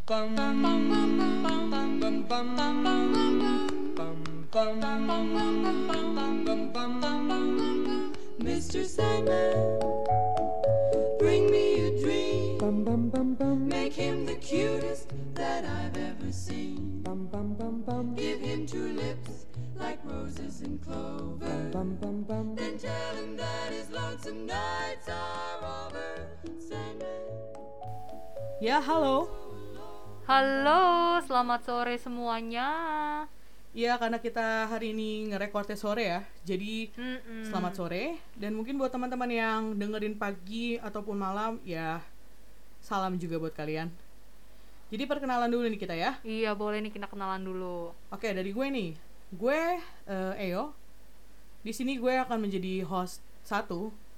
Mr. Sandman, bring me a dream. Make him the cutest that I've ever seen. Give him two lips like roses and clover. Then tell him that his lonesome nights are over. Sandman. Ya, halo. Halo, selamat sore semuanya. Ya, karena kita hari ini ngerekordnya sore ya. Jadi, selamat sore. Dan mungkin buat teman-teman yang dengerin pagi ataupun malam, ya salam juga buat kalian. Jadi perkenalan dulu nih kita ya. Iya, boleh nih kita kenalan dulu. Oke, dari gue nih. Gue Eo. Di sini gue akan menjadi host 1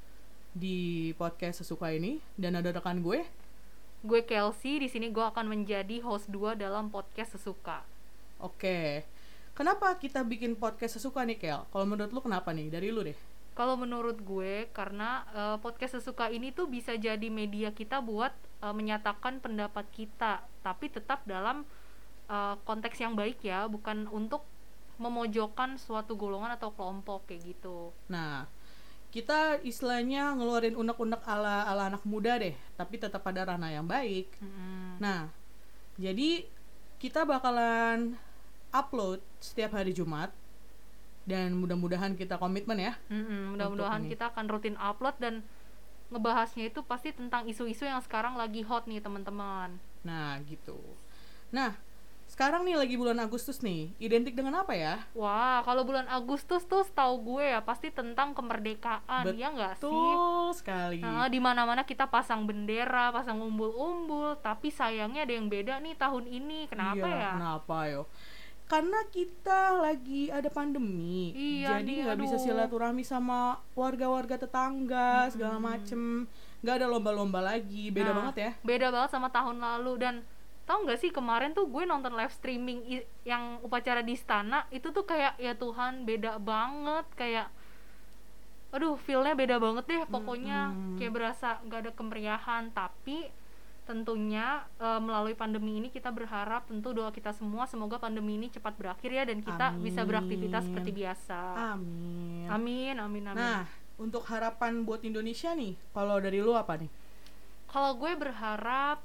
di podcast Sesuka ini, dan ada rekan gue. Gue Kelsey, di sini gue akan menjadi host 2 dalam podcast Sesuka. Oke. Kenapa kita bikin podcast Sesuka nih, Kel? Kalau menurut lu kenapa nih? Dari lu deh. Kalau menurut gue, karena podcast Sesuka ini tuh bisa jadi media kita buat menyatakan pendapat kita, tapi tetap dalam konteks yang baik ya, bukan untuk memojokkan suatu golongan atau kelompok kayak gitu. Nah, kita istilahnya ngeluarin unek-unek ala anak muda deh, tapi tetap pada ranah yang baik. Nah, jadi kita bakalan upload setiap hari Jumat, dan mudah-mudahan kita komitmen ya. Mudah-mudahan kita akan rutin upload dan ngebahasnya itu pasti tentang isu-isu yang sekarang lagi hot nih teman-teman. Nah gitu. Nah sekarang nih lagi bulan Agustus nih, identik dengan apa ya? Wah, kalau bulan Agustus tuh setahu gue ya pasti tentang kemerdekaan. Ya nggak sih? Betul sekali. Di mana-mana kita pasang bendera, pasang umbul-umbul, tapi sayangnya ada yang beda nih tahun ini. Kenapa ya? Kenapa yo? Karena kita lagi ada pandemi, jadi nggak bisa silaturahmi sama warga-warga tetangga segala macem, nggak ada lomba-lomba lagi, beda banget ya. Beda banget sama tahun lalu. Dan tau nggak sih kemarin tuh gue nonton live streaming yang upacara di istana itu tuh kayak ya Tuhan beda banget, kayak aduh feelnya beda banget deh pokoknya. Kayak berasa nggak ada kemeriahan. Tapi tentunya melalui pandemi ini kita berharap, tentu doa kita semua semoga pandemi ini cepat berakhir ya, dan kita bisa beraktivitas seperti biasa. Amin. Nah, untuk harapan buat Indonesia nih, kalau dari lu apa nih? Kalau gue berharap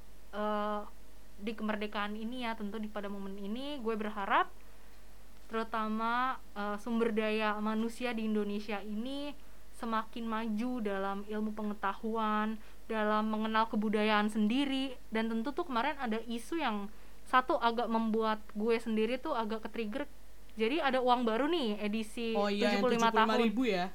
di kemerdekaan ini ya, tentu pada momen ini gue berharap terutama sumber daya manusia di Indonesia ini semakin maju dalam ilmu pengetahuan, dalam mengenal kebudayaan sendiri. Dan tentu tuh kemarin ada isu yang satu agak membuat gue sendiri tuh agak ke-trigger. Jadi ada uang baru nih edisi 75 tahun. Ribu ya?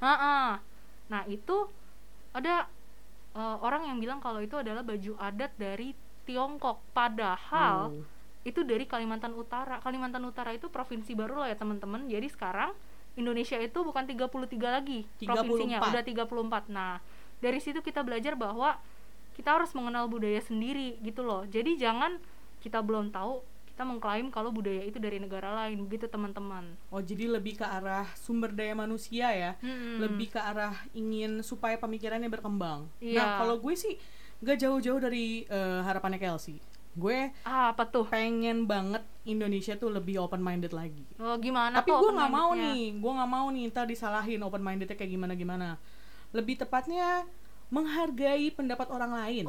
Nah itu ada orang yang bilang kalau itu adalah baju adat dari Tiongkok, padahal itu dari Kalimantan Utara. Kalimantan Utara itu provinsi baru loh ya teman-teman. Jadi sekarang Indonesia itu bukan 33 lagi 34. Provinsinya, udah 34. Nah, dari situ kita belajar bahwa kita harus mengenal budaya sendiri gitu loh. Jadi jangan kita belum tahu, kita mengklaim kalau budaya itu dari negara lain, begitu teman-teman. Oh, jadi lebih ke arah sumber daya manusia ya. Lebih ke arah ingin supaya pemikirannya berkembang. Nah, kalau gue sih gak jauh-jauh dari harapannya Kelsey. Gue apa tuh? Pengen banget Indonesia tuh lebih open minded lagi. Oh, gimana? Tapi gue nggak mau nih ntar disalahin open mindednya kayak gimana. Lebih tepatnya menghargai pendapat orang lain.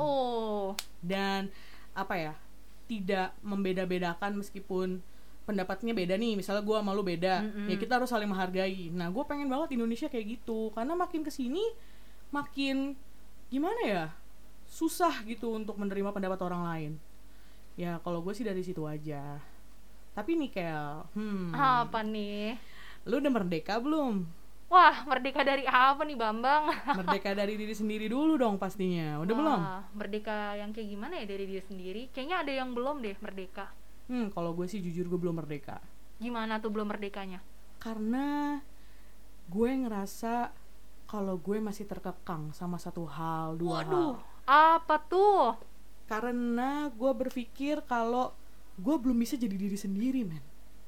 Dan apa ya, tidak membeda-bedakan meskipun pendapatnya beda nih. Misalnya gue sama lu beda, ya kita harus saling menghargai. Nah, gue pengen banget Indonesia kayak gitu, karena makin kesini makin gimana ya, susah gitu untuk menerima pendapat orang lain. Ya kalau gue sih dari situ aja. Tapi nih Kel, apa nih? Lu udah merdeka belum? Wah, merdeka dari apa nih Bambang? Merdeka dari diri sendiri dulu dong pastinya. Udah belum? Merdeka yang kayak gimana ya dari diri sendiri? Kayaknya ada yang belum deh merdeka. Kalau gue sih jujur gue belum merdeka. Gimana tuh belum merdekanya? Karena gue ngerasa kalau gue masih terkekang sama satu hal, dua hal. Apa tuh? Karena gue berpikir kalau gue belum bisa jadi diri sendiri, men.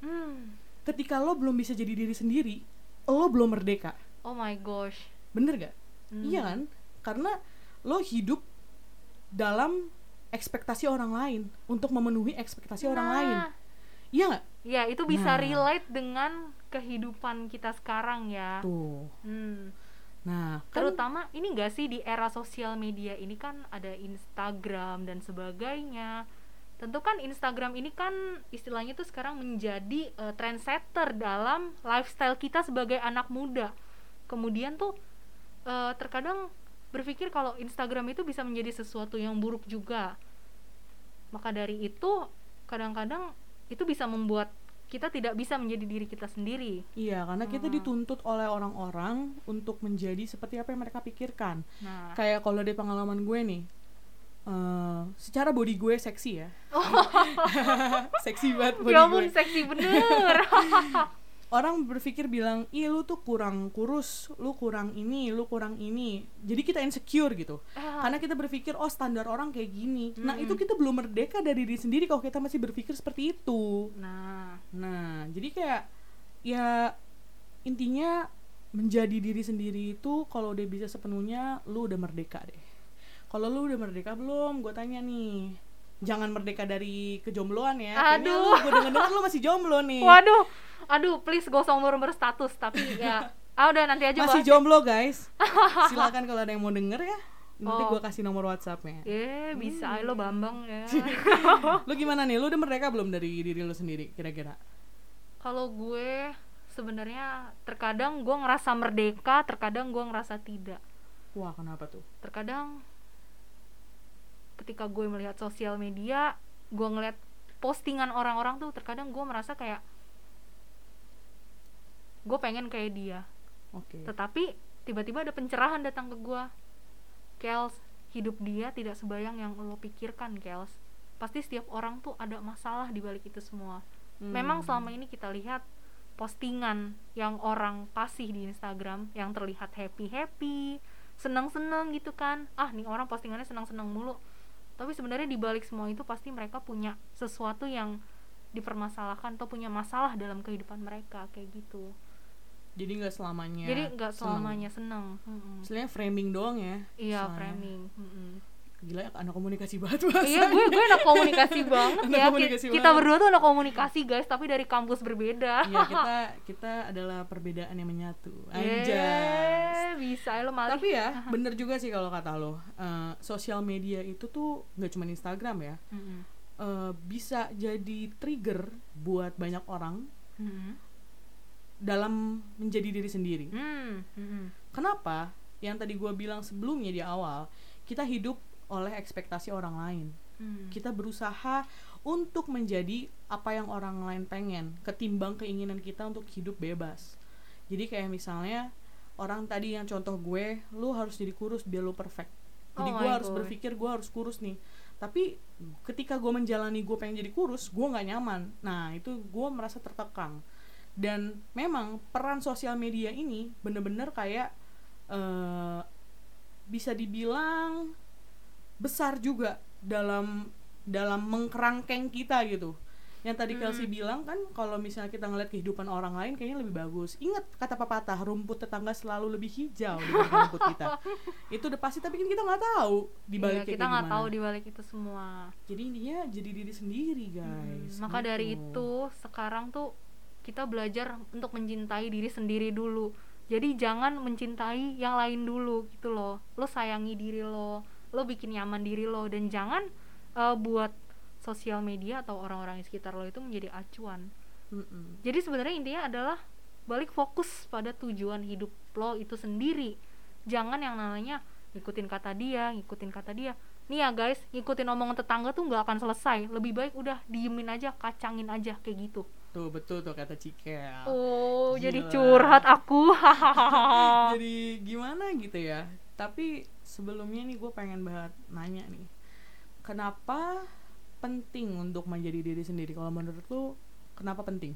Ketika lo belum bisa jadi diri sendiri, lo belum merdeka. Oh my gosh. Bener gak? Iya kan? Karena lo hidup dalam ekspektasi orang lain, untuk memenuhi ekspektasi orang lain. Iya nggak? Ya, itu bisa relate dengan kehidupan kita sekarang ya. Tuh. Nah, terutama ini nggak sih di era sosial media ini kan ada Instagram dan sebagainya. Tentu kan Instagram ini kan istilahnya tuh sekarang menjadi trendsetter dalam lifestyle kita sebagai anak muda. Kemudian tuh terkadang berpikir kalau Instagram itu bisa menjadi sesuatu yang buruk juga. Maka dari itu kadang-kadang itu bisa membuat kita tidak bisa menjadi diri kita sendiri. Iya, karena kita dituntut oleh orang-orang untuk menjadi seperti apa yang mereka pikirkan. Kayak kalau dari pengalaman gue nih, secara body gue seksi ya. Seksi banget body gue. Ya ampun, seksi bener. Orang berpikir bilang, ih lu tuh kurang kurus, lu kurang ini, lu kurang ini. Jadi kita insecure gitu. Karena kita berpikir, oh standar orang kayak gini. Nah itu kita belum merdeka dari diri sendiri kalau kita masih berpikir seperti itu. Nah jadi kayak, ya intinya menjadi diri sendiri itu kalau udah bisa sepenuhnya, lu udah merdeka deh. Kalau lu udah merdeka belum? Gue tanya nih. Jangan merdeka dari kejombloan ya. Kayaknya gue denger-denger lu masih jomblo nih. Aduh, please gak usah umur status. Tapi ya, udah nanti aja masih jomblo guys. Silakan kalau ada yang mau denger ya. Nanti gue kasih nomor WhatsApp-nya. Bisa, lo Bambang ya. Lu gimana nih? Lu udah merdeka belum dari diri lu sendiri kira-kira? Kalau gue sebenarnya terkadang gue ngerasa merdeka, terkadang gue ngerasa tidak. Wah, kenapa tuh? Terkadang ketika gue melihat sosial media, gue ngeliat postingan orang-orang tuh, terkadang gue merasa kayak gue pengen kayak dia. Tetapi tiba-tiba ada pencerahan datang ke gue. Kels, hidup dia tidak sebayang yang lo pikirkan, Kels. Pasti setiap orang tuh ada masalah di balik itu semua. Memang selama ini kita lihat postingan yang orang kasih di Instagram yang terlihat happy-happy, senang-senang gitu kan. Nih orang postingannya senang-senang mulu. Tapi sebenarnya di balik semua itu pasti mereka punya sesuatu yang dipermasalahkan atau punya masalah dalam kehidupan mereka, kayak gitu. Jadi nggak selamanya senang. Istilahnya framing doang ya. Iya, framing. Gila, anak komunikasi banget bahasanya. Iya, gue anak komunikasi banget ya. Kita berdua tuh anak komunikasi guys, tapi dari kampus berbeda. Iya, kita adalah perbedaan yang menyatu. Anjas. Bisa lo malah. Tapi ya, bener juga sih kalau kata lo. Sosial media itu tuh nggak cuma Instagram ya. Bisa jadi trigger buat banyak orang. Dalam menjadi diri sendiri. Kenapa? Yang tadi gue bilang sebelumnya di awal, kita hidup oleh ekspektasi orang lain. Kita berusaha untuk menjadi apa yang orang lain pengen, ketimbang keinginan kita untuk hidup bebas. Jadi kayak misalnya orang tadi yang contoh gue, lu harus jadi kurus biar lu perfect. Jadi gue harus berpikir gue harus kurus nih. Tapi ketika gue menjalani gue pengen jadi kurus, gue nggak nyaman. Nah itu gue merasa tertekan. Dan memang peran sosial media ini bener-bener kayak bisa dibilang besar juga dalam mengkerangkeng kita gitu. Yang tadi Kelsey bilang kan, kalau misalnya kita ngeliat kehidupan orang lain kayaknya lebih bagus. Ingat kata pepatah, rumput tetangga selalu lebih hijau dibanding rumput kita. Itu udah pasti, tapi kan kita nggak tahu di balik kita nggak tahu di balik itu semua. Jadi intinya jadi diri sendiri guys. Maka gitu. Dari itu sekarang tuh kita belajar untuk mencintai diri sendiri dulu. Jadi jangan mencintai yang lain dulu gitu loh. Lo sayangi diri lo bikin nyaman diri lo, dan jangan buat sosial media atau orang-orang di sekitar lo itu menjadi acuan. Jadi sebenarnya intinya adalah balik fokus pada tujuan hidup lo itu sendiri. Jangan yang namanya ngikutin kata dia. Nih ya guys, ngikutin omongan tetangga tuh nggak akan selesai. Lebih baik udah diemin aja, kacangin aja, kayak gitu. Tuh betul tuh kata Cikel. Oh, gila. Jadi curhat aku. Jadi gimana gitu ya. Tapi sebelumnya nih gue pengen banget nanya nih, kenapa penting untuk menjadi diri sendiri? Kalau menurut lu kenapa penting?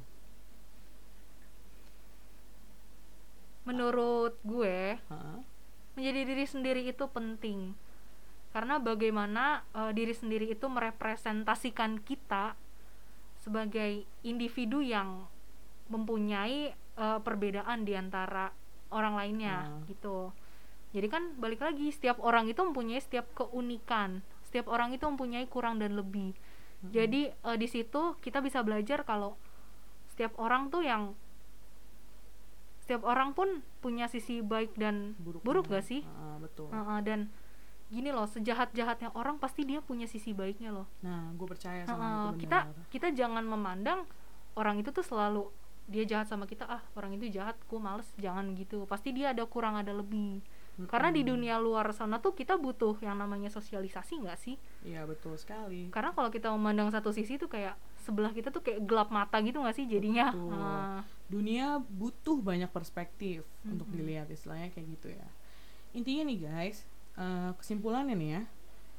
Menurut gue menjadi diri sendiri itu penting karena bagaimana diri sendiri itu merepresentasikan kita sebagai individu yang mempunyai perbedaan di antara orang lainnya gitu. Jadi kan balik lagi, setiap orang itu mempunyai setiap keunikan, Setiap orang itu mempunyai kurang dan lebih. Jadi di situ kita bisa belajar kalau setiap orang pun punya sisi baik dan buruk gak sih? Betul. Dan gini loh, sejahat-jahatnya orang pasti dia punya sisi baiknya loh. Nah, gue percaya sama itu benar. Kita jangan memandang orang itu tuh selalu dia jahat sama kita, orang itu jahat, gue males, jangan gitu. Pasti dia ada kurang ada lebih. Karena di dunia luar sana tuh kita butuh yang namanya sosialisasi nggak sih? Iya, betul sekali. Karena kalau kita memandang satu sisi tuh kayak sebelah kita tuh kayak gelap mata gitu nggak sih jadinya? Dunia butuh banyak perspektif untuk dilihat, istilahnya kayak gitu ya. Intinya nih guys, kesimpulannya nih ya,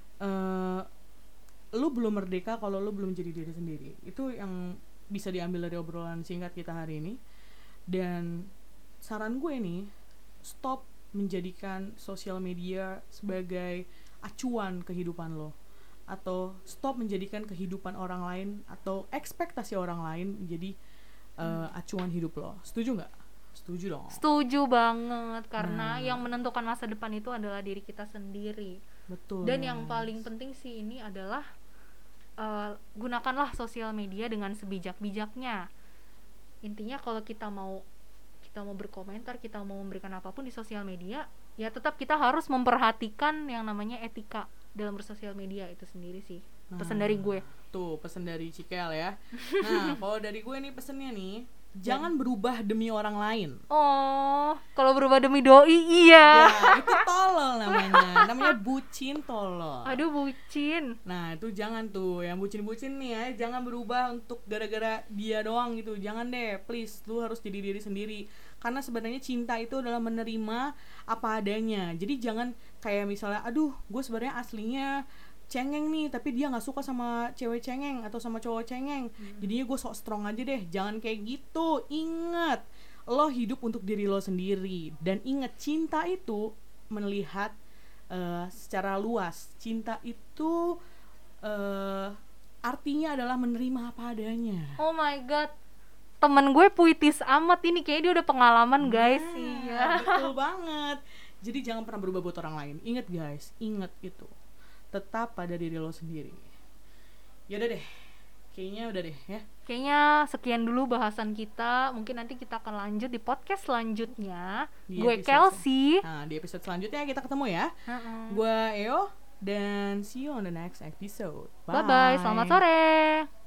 lu belum merdeka kalau lu belum jadi diri sendiri. Itu yang bisa diambil dari obrolan singkat kita hari ini. Dan saran gue nih, stop menjadikan sosial media sebagai acuan kehidupan lo, atau stop menjadikan kehidupan orang lain atau ekspektasi orang lain menjadi acuan hidup lo. Setuju nggak? Setuju dong. Setuju banget, karena yang menentukan masa depan itu adalah diri kita sendiri. Betul. Dan yang paling penting sih ini adalah gunakanlah sosial media dengan sebijak-bijaknya. Intinya kalau kita mau berkomentar, kita mau memberikan apapun di sosial media, ya tetap kita harus memperhatikan yang namanya etika dalam bersosial media itu sendiri sih. Pesan dari gue. Tuh, pesan dari Cikel ya. Nah, kalau dari gue nih pesennya nih, jangan berubah demi orang lain. Kalau berubah demi doi, iya. Ya, itu tolol namanya bucin tolol. Aduh, bucin. Nah, itu jangan tuh, yang bucin-bucin nih ya, jangan berubah untuk gara-gara dia doang gitu. Jangan deh, please, lu harus jadi diri sendiri. Karena sebenarnya cinta itu adalah menerima apa adanya. Jadi jangan kayak misalnya, aduh, gue sebenarnya aslinya cengeng nih, tapi dia nggak suka sama cewek cengeng atau sama cowok cengeng, jadinya gue sok strong aja deh. Jangan kayak gitu. Ingat, lo hidup untuk diri lo sendiri. Dan ingat, cinta itu melihat secara luas. Cinta itu artinya adalah menerima apa adanya. Oh my god, temen gue puitis amat ini, kayaknya dia udah pengalaman guys. Iya, betul banget. Jadi jangan pernah berubah buat orang lain. Ingat guys, ingat itu. Tetap pada diri lo sendiri. Yaudah deh, kayaknya udah deh ya. Kayaknya sekian dulu bahasan kita. Mungkin nanti kita akan lanjut di podcast selanjutnya. Gue Kelsey. Nah, di episode selanjutnya kita ketemu ya. Gue Eo, dan see you on the next episode. Bye bye, selamat sore.